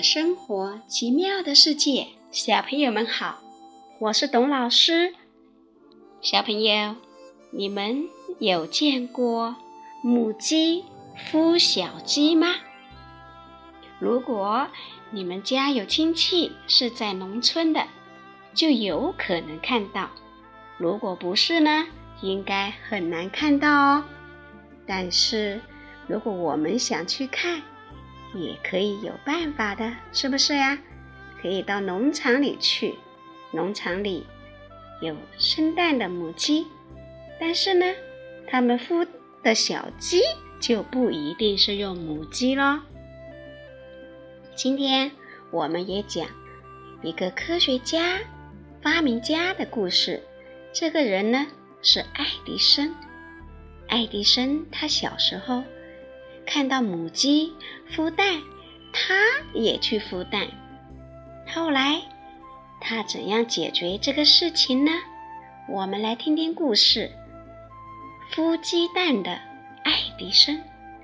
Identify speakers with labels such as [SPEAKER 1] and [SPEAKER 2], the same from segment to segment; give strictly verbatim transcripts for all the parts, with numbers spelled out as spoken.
[SPEAKER 1] 生活奇妙的世界，小朋友们好，我是董老师。小朋友，你们有见过母鸡孵小鸡吗？如果你们家有亲戚是在农村的，就有可能看到，如果不是呢，应该很难看到哦。但是如果我们想去看，也可以有办法的，是不是呀？可以到农场里去，农场里有生蛋的母鸡，但是呢，它们孵的小鸡就不一定是用母鸡咯。今天我们也讲一个科学家、发明家的故事。这个人呢是爱迪生。爱迪生他小时候看到母鸡孵蛋，他也去孵蛋。后来他怎样解决这个事情呢？我们来听听故事。孵鸡蛋的爱迪生。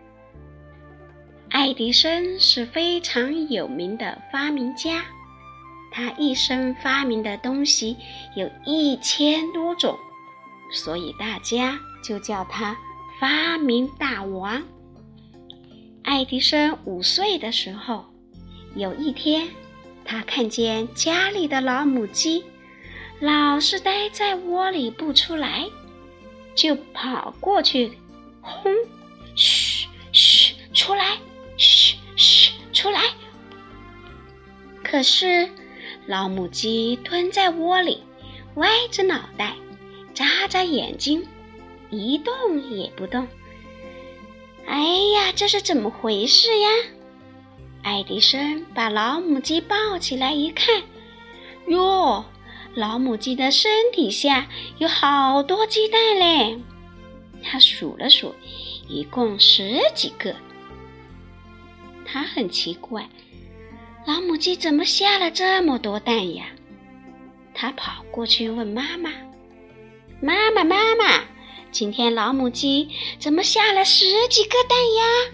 [SPEAKER 1] 爱迪生是非常有名的发明家，他一生发明的东西有一千多种，所以大家就叫他发明大王。爱迪生五岁的时候，有一天他看见家里的老母鸡老是待在窝里不出来，就跑过去轰，嘘嘘，出来，嘘嘘，出来。可是老母鸡蹲在窝里，歪着脑袋，眨眨眼睛，一动也不动。哎呀，这是怎么回事呀？爱迪生把老母鸡抱起来一看，哟，老母鸡的身体下有好多鸡蛋嘞。他数了数，一共十几个。他很奇怪，老母鸡怎么下了这么多蛋呀？他跑过去问妈妈，妈妈妈妈，今天老母鸡怎么下了十几个蛋呀？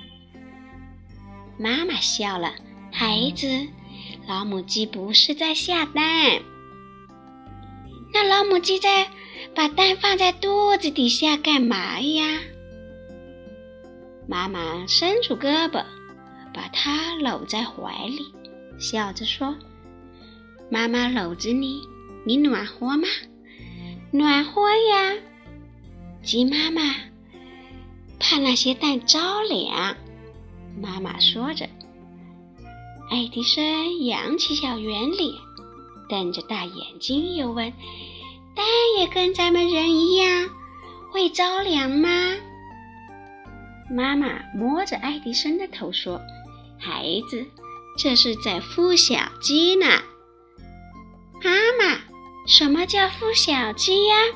[SPEAKER 1] 妈妈笑了，孩子，老母鸡不是在下蛋。那老母鸡在把蛋放在肚子底下干嘛呀？妈妈伸出胳膊，把它搂在怀里，笑着说，妈妈搂着你，你暖和吗？暖和呀。鸡妈妈怕那些蛋着凉，妈妈说着。爱迪生扬起小圆脸，瞪着大眼睛又问，蛋也跟咱们人一样会着凉吗？妈妈摸着爱迪生的头说，孩子，这是在孵小鸡呢。妈妈，什么叫孵小鸡呀？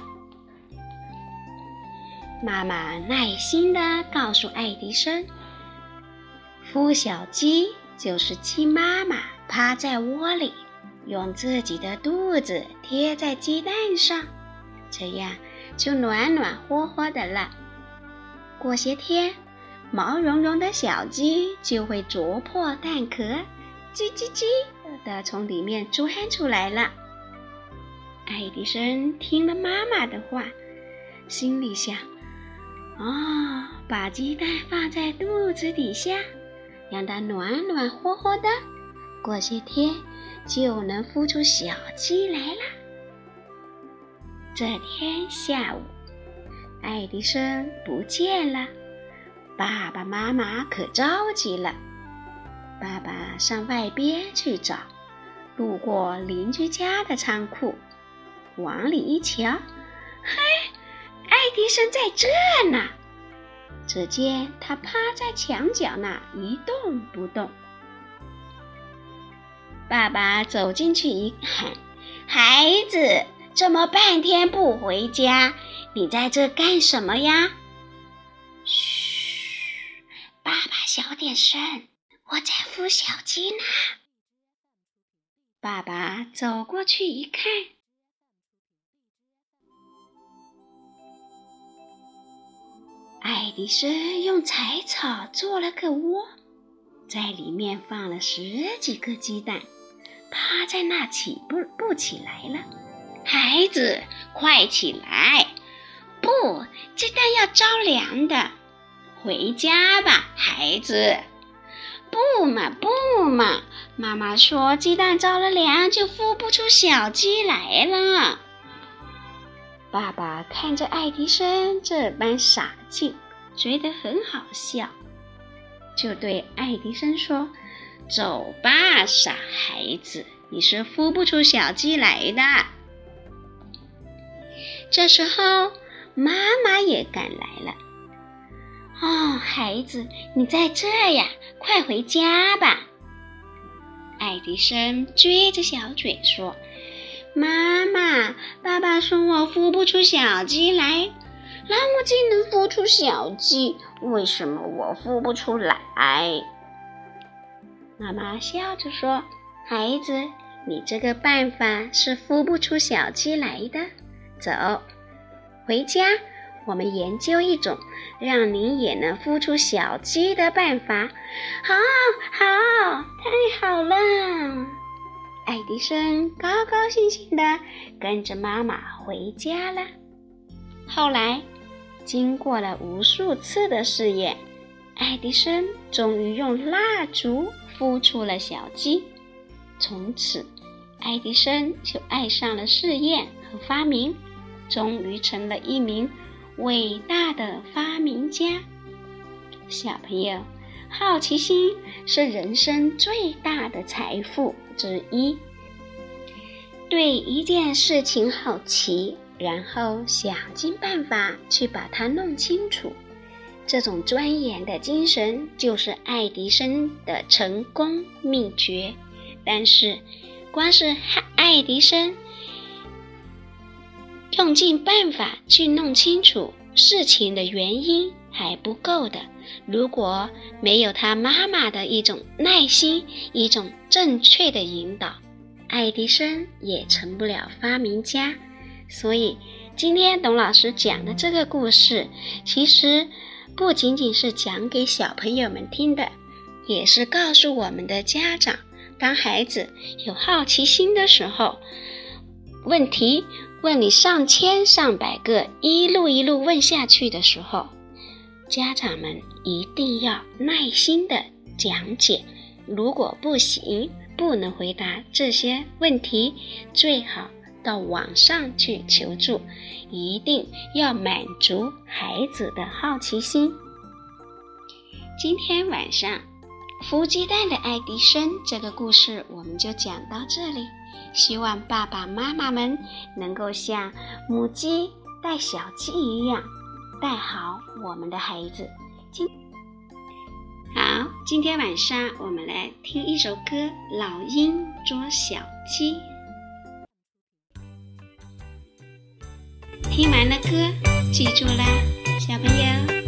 [SPEAKER 1] 妈妈耐心地告诉爱迪生，孵小鸡就是鸡妈妈趴在窝里，用自己的肚子贴在鸡蛋上，这样就暖暖和和的了。过些天，毛茸茸的小鸡就会啄破蛋壳，叽叽叽地从里面钻出来了。爱迪生听了妈妈的话，心里想，哦，把鸡蛋放在肚子底下，让它暖暖和和的，过些天就能孵出小鸡来了。这天下午，爱迪生不见了，爸爸妈妈可着急了。爸爸上外边去找，路过邻居家的仓库，往里一瞧，嘿，爱迪生在这呢。只见他趴在墙角那一动不动。爸爸走进去一喊，孩子，这么半天不回家，你在这干什么呀？嘘，爸爸小点声，我在孵小鸡呢。爸爸走过去一看，爱迪生用柴草做了个窝， 在里面放了十几个鸡蛋，趴在那起不不起来了。孩子，快起来！不，鸡蛋要着凉的。回家吧，孩子。不嘛不嘛，妈妈说鸡蛋着了凉就孵不出小鸡来了。爸爸看着爱迪生这般傻劲，觉得很好笑，就对爱迪生说：走吧，傻孩子，你是孵不出小鸡来的。这时候妈妈也赶来了。哦，孩子，你在这呀，快回家吧。爱迪生撅着小嘴说：妈妈，爸爸说我孵不出小鸡来，老母鸡能孵出小鸡，为什么我孵不出来？妈妈笑着说：孩子，你这个办法是孵不出小鸡来的。走，回家，我们研究一种让你也能孵出小鸡的办法。好，好，太好了！爱迪生高高兴兴地跟着妈妈回家了。后来，经过了无数次的试验，爱迪生终于用蜡烛孵出了小鸡。从此，爱迪生就爱上了试验和发明，终于成了一名伟大的发明家。小朋友，好奇心是人生最大的财富之一。对一件事情好奇，然后想尽办法去把它弄清楚，这种钻研的精神就是爱迪生的成功秘诀。但是，光是爱迪生用尽办法去弄清楚事情的原因还不够的，如果没有他妈妈的一种耐心，一种正确的引导，爱迪生也成不了发明家。所以今天董老师讲的这个故事，其实不仅仅是讲给小朋友们听的，也是告诉我们的家长，当孩子有好奇心的时候，问题问你上千上百个，一路一路问下去的时候，家长们一定要耐心的讲解。如果不行，不能回答这些问题，最好到网上去求助，一定要满足孩子的好奇心。今天晚上孵鸡蛋的爱迪生这个故事我们就讲到这里，希望爸爸妈妈们能够像母鸡带小鸡一样带好我们的孩子。今好，今天晚上我们来听一首歌《老鹰捉小鸡》。听完了歌，记住啦，小朋友。